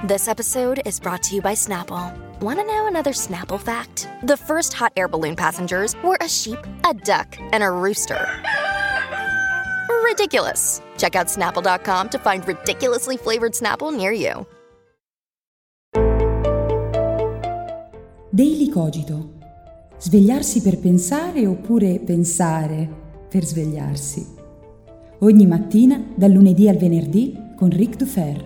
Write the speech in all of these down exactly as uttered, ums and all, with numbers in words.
This episode is brought to you by Snapple. Want to know another Snapple fact? The first hot air balloon passengers were a sheep, a duck, and a rooster. Ridiculous. Check out snapple dot com to find ridiculously flavored Snapple near you. Daily Cogito. Svegliarsi per pensare oppure pensare per svegliarsi. Ogni mattina, dal lunedì al venerdì, con Ric Dufer.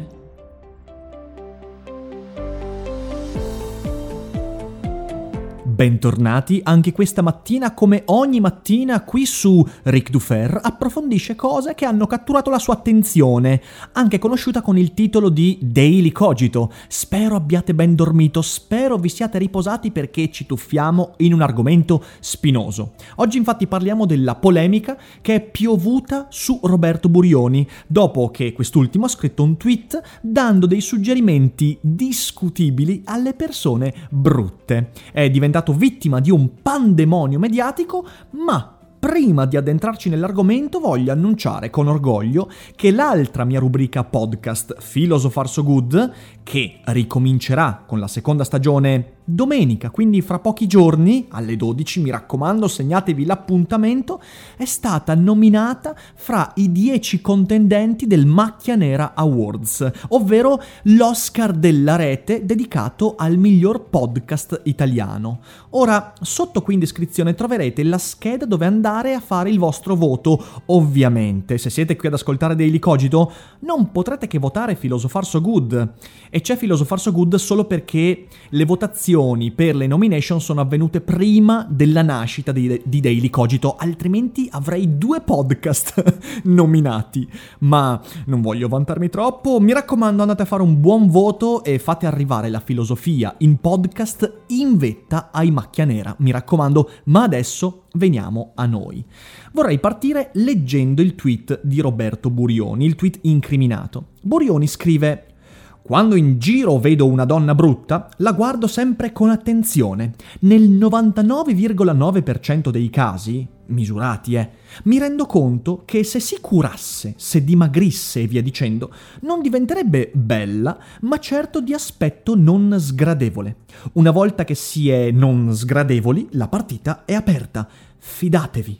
Bentornati anche questa mattina, come ogni mattina qui su Ric Dufer approfondisce cose che hanno catturato la sua attenzione, anche conosciuta con il titolo di Daily Cogito. Spero abbiate ben dormito, spero vi siate riposati perché ci tuffiamo in un argomento spinoso. Oggi infatti parliamo della polemica che è piovuta su Roberto Burioni, dopo che quest'ultimo ha scritto un tweet dando dei suggerimenti discutibili alle persone brutte. È diventato vittima di un pandemonio mediatico, ma prima di addentrarci nell'argomento voglio annunciare con orgoglio che l'altra mia rubrica podcast Philosopher So Good, che ricomincerà con la seconda stagione domenica, quindi fra pochi giorni, alle dodici, mi raccomando, segnatevi l'appuntamento, è stata nominata fra i dieci contendenti del Macchia Nera Awards, ovvero l'Oscar della rete dedicato al miglior podcast italiano. Ora, sotto qui in descrizione troverete la scheda dove andare a fare il vostro voto. Ovviamente, se siete qui ad ascoltare Daily Cogito, non potrete che votare Philosopher So Good. E c'è Philosopher So Good solo perché le votazioni per le nomination sono avvenute prima della nascita di, di Daily Cogito, altrimenti avrei due podcast nominati. Ma non voglio vantarmi troppo, mi raccomando, andate a fare un buon voto e fate arrivare la filosofia in podcast in vetta ai Macchia Nera, mi raccomando. Ma adesso veniamo a noi. Vorrei partire leggendo il tweet di Roberto Burioni, il tweet incriminato. Burioni scrive: quando in giro vedo una donna brutta, la guardo sempre con attenzione. Nel novantanove virgola nove per cento dei casi, misurati eh, mi rendo conto che se si curasse, se dimagrisse e via dicendo, non diventerebbe bella, ma certo di aspetto non sgradevole. Una volta che si è non sgradevoli, la partita è aperta. Fidatevi.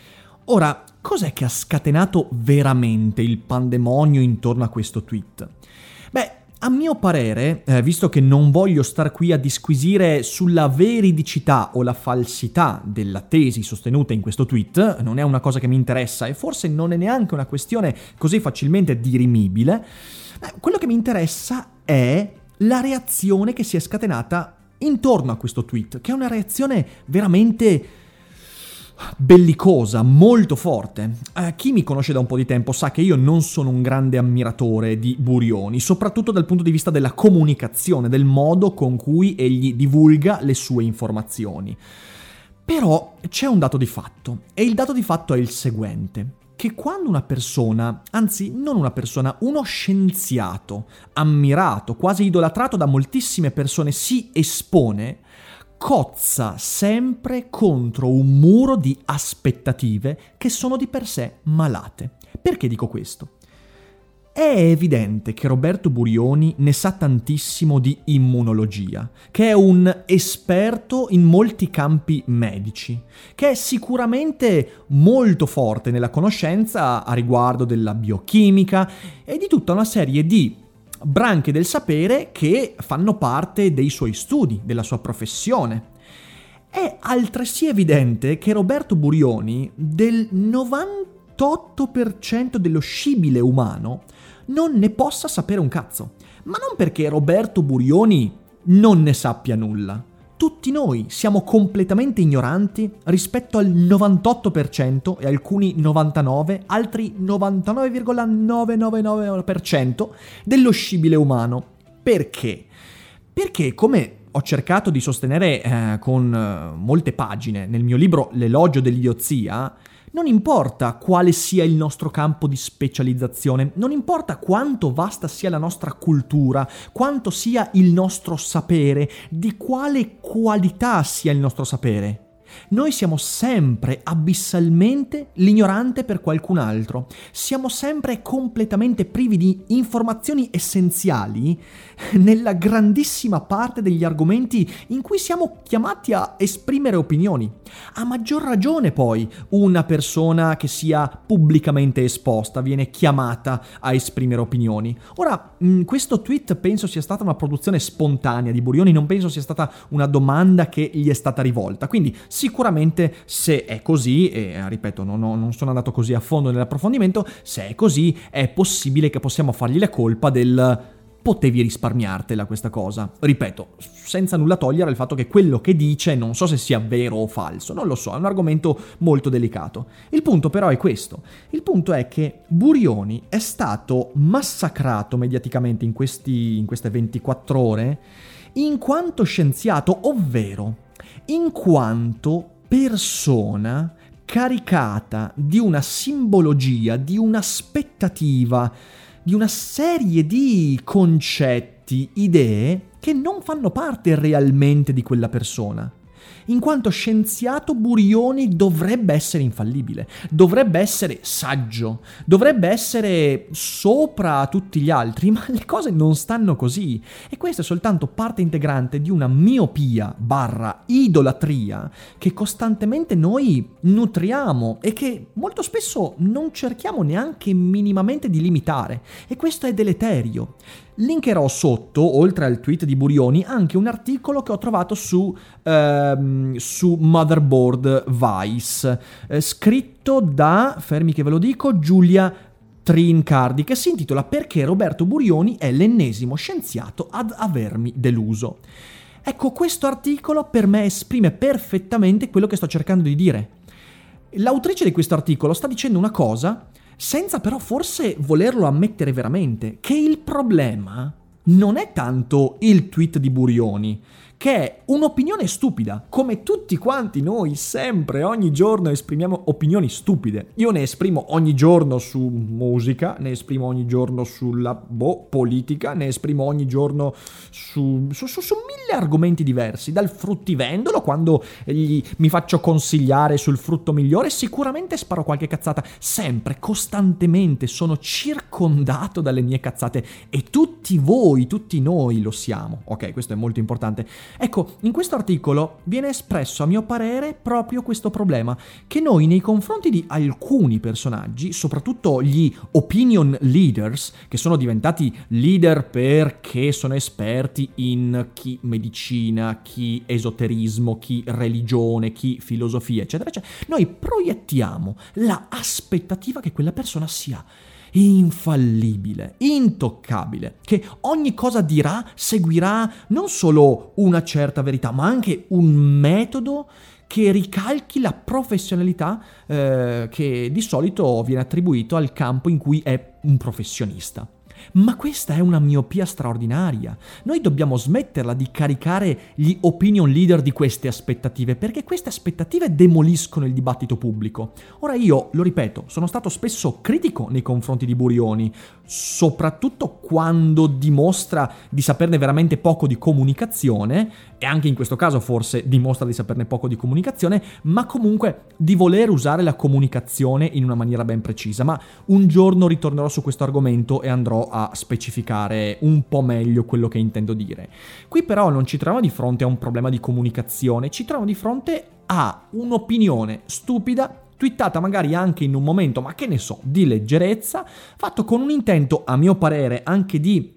Ora, cos'è che ha scatenato veramente il pandemonio intorno a questo tweet? Beh, a mio parere, eh, visto che non voglio star qui a disquisire sulla veridicità o la falsità della tesi sostenuta in questo tweet, non è una cosa che mi interessa e forse non è neanche una questione così facilmente dirimibile, eh, quello che mi interessa è la reazione che si è scatenata intorno a questo tweet, che è una reazione veramente bellicosa, molto forte. Eh, chi mi conosce da un po' di tempo sa che io non sono un grande ammiratore di Burioni, soprattutto dal punto di vista della comunicazione, del modo con cui egli divulga le sue informazioni. Però c'è un dato di fatto, e il dato di fatto è il seguente: che quando una persona, anzi non una persona, uno scienziato, ammirato, quasi idolatrato da moltissime persone, si espone, cozza sempre contro un muro di aspettative che sono di per sé malate. Perché dico questo? È evidente che Roberto Burioni ne sa tantissimo di immunologia, che è un esperto in molti campi medici, che è sicuramente molto forte nella conoscenza a riguardo della biochimica e di tutta una serie di branche del sapere che fanno parte dei suoi studi, della sua professione. È altresì evidente che Roberto Burioni del novantotto per cento dello scibile umano non ne possa sapere un cazzo, ma non perché Roberto Burioni non ne sappia nulla. Tutti noi siamo completamente ignoranti rispetto al novantotto per cento e alcuni novantanove, altri novantanove virgola novecentonovantanove per cento dello scibile umano. Perché? Perché, come ho cercato di sostenere eh, con eh, molte pagine nel mio libro L'elogio dell'idiozia, non importa quale sia il nostro campo di specializzazione, non importa quanto vasta sia la nostra cultura, quanto sia il nostro sapere, di quale qualità sia il nostro sapere. Noi siamo sempre abissalmente l'ignorante per qualcun altro, siamo sempre completamente privi di informazioni essenziali nella grandissima parte degli argomenti in cui siamo chiamati a esprimere opinioni. A maggior ragione poi una persona che sia pubblicamente esposta viene chiamata a esprimere opinioni. Ora, mh, questo tweet penso sia stata una produzione spontanea di Burioni, non penso sia stata una domanda che gli è stata rivolta, quindi sicuramente se è così, e ripeto non, ho, non sono andato così a fondo nell'approfondimento, se è così è possibile che possiamo fargli la colpa del potevi risparmiartela questa cosa. Ripeto, senza nulla togliere il fatto che quello che dice non so se sia vero o falso, non lo so, è un argomento molto delicato. Il punto però è questo, il punto è che Burioni è stato massacrato mediaticamente in, questi, in queste ventiquattro ore in quanto scienziato, ovvero in quanto persona caricata di una simbologia, di un'aspettativa, di una serie di concetti, idee che non fanno parte realmente di quella persona. In quanto scienziato, Burioni dovrebbe essere infallibile, dovrebbe essere saggio, dovrebbe essere sopra tutti gli altri, ma le cose non stanno così. E questa è soltanto parte integrante di una miopia barra idolatria che costantemente noi nutriamo e che molto spesso non cerchiamo neanche minimamente di limitare. E questo è deleterio. Linkerò sotto, oltre al tweet di Burioni, anche un articolo che ho trovato su, ehm, su Motherboard Vice, eh, scritto da, fermi che ve lo dico, Giulia Trincardi, che si intitola "Perché Roberto Burioni è l'ennesimo scienziato ad avermi deluso". Ecco, questo articolo per me esprime perfettamente quello che sto cercando di dire. L'autrice di questo articolo sta dicendo una cosa senza però forse volerlo ammettere veramente, che il problema non è tanto il tweet di Burioni, che è un'opinione stupida, come tutti quanti noi sempre, ogni giorno esprimiamo opinioni stupide. Io ne esprimo ogni giorno su musica, ne esprimo ogni giorno sulla boh, politica, ne esprimo ogni giorno su, su, su, su mille argomenti diversi, dal fruttivendolo, quando gli, mi faccio consigliare sul frutto migliore, sicuramente sparo qualche cazzata, sempre, costantemente sono circondato dalle mie cazzate e tutti voi, tutti noi lo siamo, ok? Questo è molto importante. Ecco, in questo articolo viene espresso a mio parere proprio questo problema, che noi nei confronti di alcuni personaggi, soprattutto gli opinion leaders, che sono diventati leader perché sono esperti in chi medicina, chi esoterismo, chi religione, chi filosofia, eccetera, eccetera, noi proiettiamo la aspettativa che quella persona sia infallibile, intoccabile, che ogni cosa dirà seguirà non solo una certa verità, ma anche un metodo che ricalchi la professionalità eh, che di solito viene attribuito al campo in cui è un professionista. Ma questa è una miopia straordinaria. Noi dobbiamo smetterla di caricare gli opinion leader di queste aspettative, perché queste aspettative demoliscono il dibattito pubblico. Ora io, lo ripeto, sono stato spesso critico nei confronti di Burioni, soprattutto quando dimostra di saperne veramente poco di comunicazione, e anche in questo caso forse dimostra di saperne poco di comunicazione, ma comunque di voler usare la comunicazione in una maniera ben precisa. Ma un giorno ritornerò su questo argomento e andrò a specificare un po' meglio quello che intendo dire. Qui però non ci troviamo di fronte a un problema di comunicazione, ci troviamo di fronte a un'opinione stupida, twittata magari anche in un momento, ma che ne so, di leggerezza, fatto con un intento, a mio parere, anche di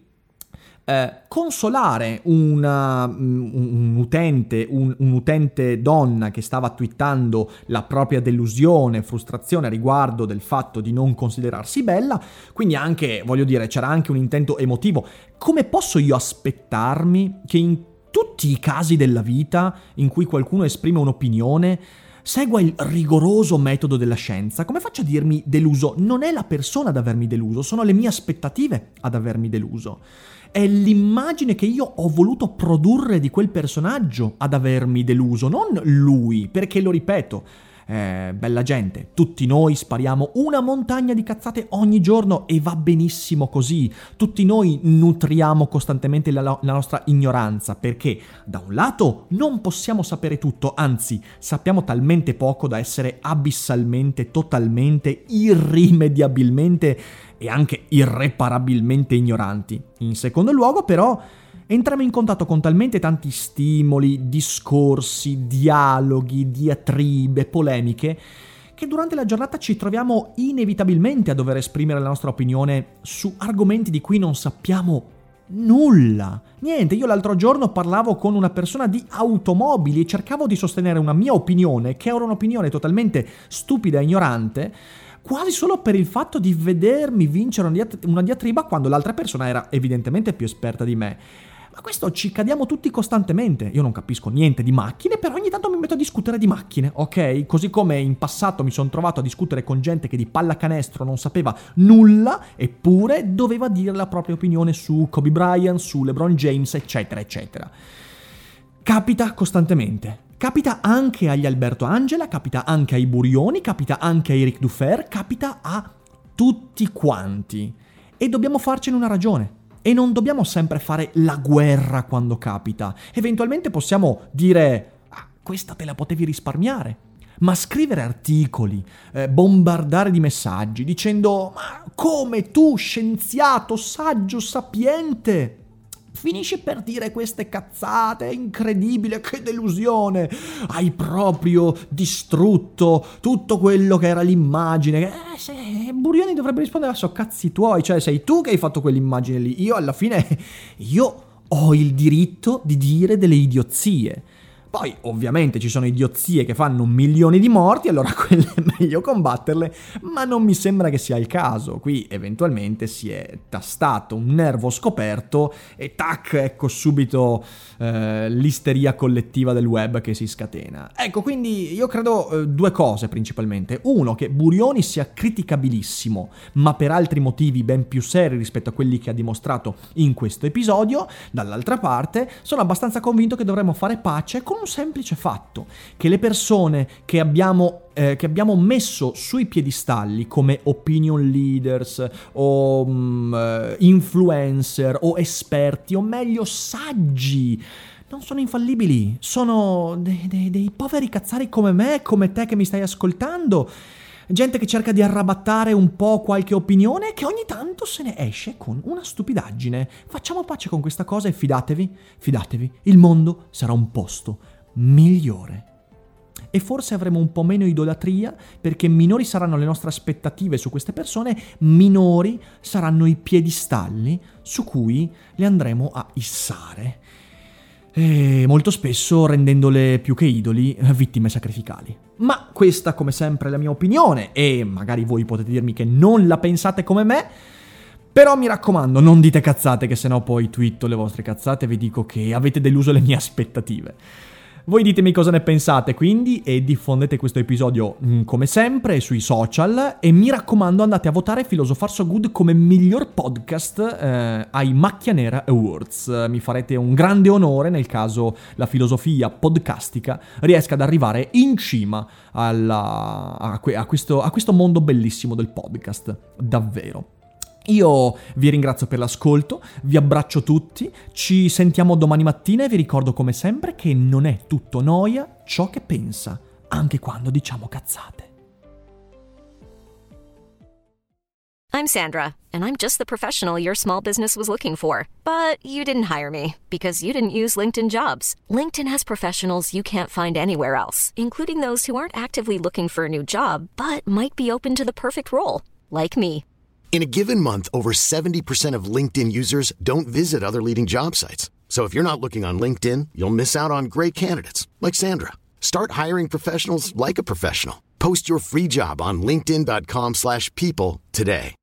Eh, consolare una, un, un utente, un, un utente donna che stava twittando la propria delusione, frustrazione a riguardo del fatto di non considerarsi bella, quindi anche, voglio dire, c'era anche un intento emotivo. Come posso io aspettarmi che in tutti i casi della vita in cui qualcuno esprime un'opinione segua il rigoroso metodo della scienza? Come faccio a dirmi deluso? Non è la persona ad avermi deluso, sono le mie aspettative ad avermi deluso. È l'immagine che io ho voluto produrre di quel personaggio ad avermi deluso, non lui, perché lo ripeto, Eh, bella gente, tutti noi spariamo una montagna di cazzate ogni giorno e va benissimo così. Tutti noi nutriamo costantemente la, la nostra ignoranza, perché da un lato non possiamo sapere tutto, anzi sappiamo talmente poco da essere abissalmente, totalmente, irrimediabilmente e anche irreparabilmente ignoranti. In secondo luogo, però, entriamo in contatto con talmente tanti stimoli, discorsi, dialoghi, diatribe, polemiche, che durante la giornata ci troviamo inevitabilmente a dover esprimere la nostra opinione su argomenti di cui non sappiamo nulla. Niente, io l'altro giorno parlavo con una persona di automobili e cercavo di sostenere una mia opinione, che era un'opinione totalmente stupida e ignorante, quasi solo per il fatto di vedermi vincere una diatriba quando l'altra persona era evidentemente più esperta di me. Ma questo ci cadiamo tutti costantemente. Io non capisco niente di macchine, però ogni tanto mi metto a discutere di macchine, ok? Così come in passato mi sono trovato a discutere con gente che di pallacanestro non sapeva nulla, eppure doveva dire la propria opinione su Kobe Bryant, su LeBron James, eccetera, eccetera. Capita costantemente. Capita anche agli Alberto Angela, capita anche ai Burioni, capita anche ai Ric Dufer, capita a tutti quanti. E dobbiamo farcene una ragione. E non dobbiamo sempre fare la guerra quando capita. Eventualmente possiamo dire, ah, questa te la potevi risparmiare. Ma scrivere articoli, eh, bombardare di messaggi, dicendo, ma come tu, scienziato, saggio, sapiente, finisci per dire queste cazzate, è incredibile, che delusione, hai proprio distrutto tutto quello che era l'immagine. Eh, se, Burioni dovrebbe rispondere, so cazzi tuoi, cioè sei tu che hai fatto quell'immagine lì, io alla fine, io ho il diritto di dire delle idiozie. Poi ovviamente ci sono idiozie che fanno milioni di morti, allora quelle è meglio combatterle, ma non mi sembra che sia il caso. Qui eventualmente si è tastato un nervo scoperto e tac, ecco subito eh, l'isteria collettiva del web che si scatena. Ecco, quindi io credo eh, due cose principalmente. Uno, che Burioni sia criticabilissimo, ma per altri motivi ben più seri rispetto a quelli che ha dimostrato in questo episodio. Dall'altra parte, sono abbastanza convinto che dovremmo fare pace con un semplice fatto, che le persone che abbiamo, eh, che abbiamo messo sui piedistalli come opinion leaders o um, influencer o esperti, o meglio saggi, non sono infallibili, sono dei, dei, dei poveri cazzari come me, come te che mi stai ascoltando, gente che cerca di arrabattare un po' qualche opinione e che ogni tanto se ne esce con una stupidaggine. Facciamo pace con questa cosa e fidatevi, fidatevi, il mondo sarà un posto migliore. E forse avremo un po' meno idolatria, perché minori saranno le nostre aspettative su queste persone, minori saranno i piedistalli su cui le andremo a issare. E molto spesso rendendole più che idoli, vittime sacrificali. Ma questa, come sempre, è la mia opinione, e magari voi potete dirmi che non la pensate come me, però mi raccomando, non dite cazzate, che sennò poi twitto le vostre cazzate e vi dico che avete deluso le mie aspettative. Voi ditemi cosa ne pensate, quindi, e diffondete questo episodio mh, come sempre sui social, e mi raccomando andate a votare Philosopher So Good come miglior podcast eh, ai Macchia Nera Awards. Mi farete un grande onore nel caso la filosofia podcastica riesca ad arrivare in cima alla, a, que, a, questo, a questo mondo bellissimo del podcast, davvero. Io vi ringrazio per l'ascolto, vi abbraccio tutti, ci sentiamo domani mattina e vi ricordo come sempre che non è tutto noia ciò che pensa, anche quando diciamo cazzate. I'm Sandra, and I'm just the professional your small business was looking for. But you didn't hire me because you didn't use LinkedIn Jobs. LinkedIn has professionals you can't find anywhere else, including those who aren't actively looking for a new job, but might be open to the perfect role, like me. In a given month, over seventy percent of LinkedIn users don't visit other leading job sites. So if you're not looking on LinkedIn, you'll miss out on great candidates like Sandra. Start hiring professionals like a professional. Post your free job on linkedin dot com slash people today.